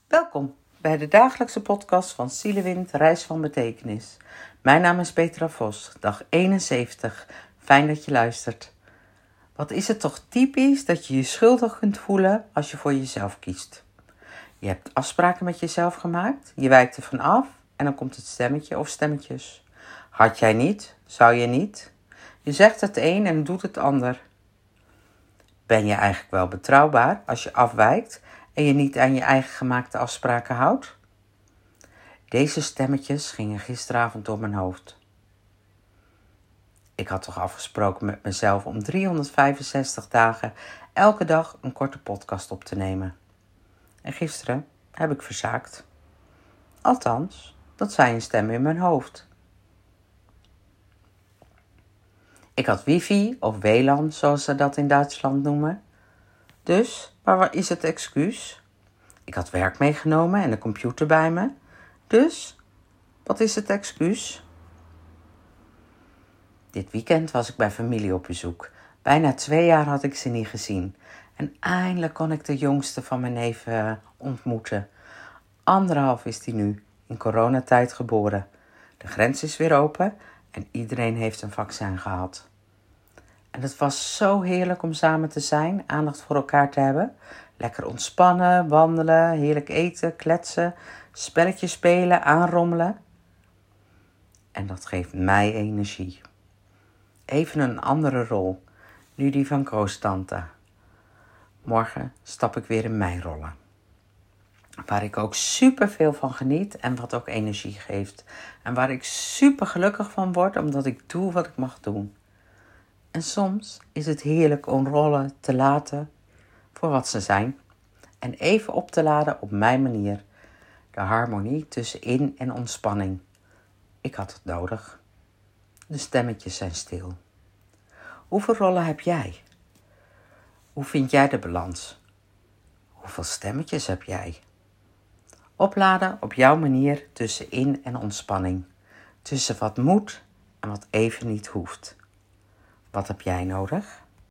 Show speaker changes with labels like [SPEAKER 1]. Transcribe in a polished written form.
[SPEAKER 1] Welkom bij de dagelijkse podcast van Zielewind, Reis van Betekenis. Mijn naam is Petra Vos, dag 71. Fijn dat je luistert. Wat is het toch typisch dat je je schuldig kunt voelen als je voor jezelf kiest. Je hebt afspraken met jezelf gemaakt, je wijkt ervan af en dan komt het stemmetje of stemmetjes. Had jij niet, zou je niet. Je zegt het een en doet het ander. Ben je eigenlijk wel betrouwbaar als je afwijkt en je niet aan je eigen gemaakte afspraken houdt? Deze stemmetjes gingen gisteravond door mijn hoofd. Ik had toch afgesproken met mezelf om 365 dagen elke dag een korte podcast op te nemen. En gisteren heb ik verzaakt. Althans, dat zei een stem in mijn hoofd. Ik had wifi of WLAN, zoals ze dat in Duitsland noemen. Dus, waar is het excuus? Ik had werk meegenomen en de computer bij me. Dus, wat is het excuus? Dit weekend was ik bij familie op bezoek. Bijna 2 jaar had ik ze niet gezien. En eindelijk kon ik de jongste van mijn neven ontmoeten. 1,5 is die nu, in coronatijd geboren. De grens is weer open en iedereen heeft een vaccin gehad. En het was zo heerlijk om samen te zijn, aandacht voor elkaar te hebben. Lekker ontspannen, wandelen, heerlijk eten, kletsen, spelletjes spelen, aanrommelen. En dat geeft mij energie. Even een andere rol, nu die van Koos-tante. Morgen stap ik weer in mijn rollen. Waar ik ook super veel van geniet en wat ook energie geeft. En waar ik super gelukkig van word omdat ik doe wat ik mag doen. En soms is het heerlijk om rollen te laten voor wat ze zijn. En even op te laden op mijn manier. De harmonie tussen in- en ontspanning. Ik had het nodig. De stemmetjes zijn stil. Hoeveel rollen heb jij? Hoe vind jij de balans? Hoeveel stemmetjes heb jij? Opladen op jouw manier tussen in- en ontspanning. Tussen wat moet en wat even niet hoeft. Wat heb jij nodig?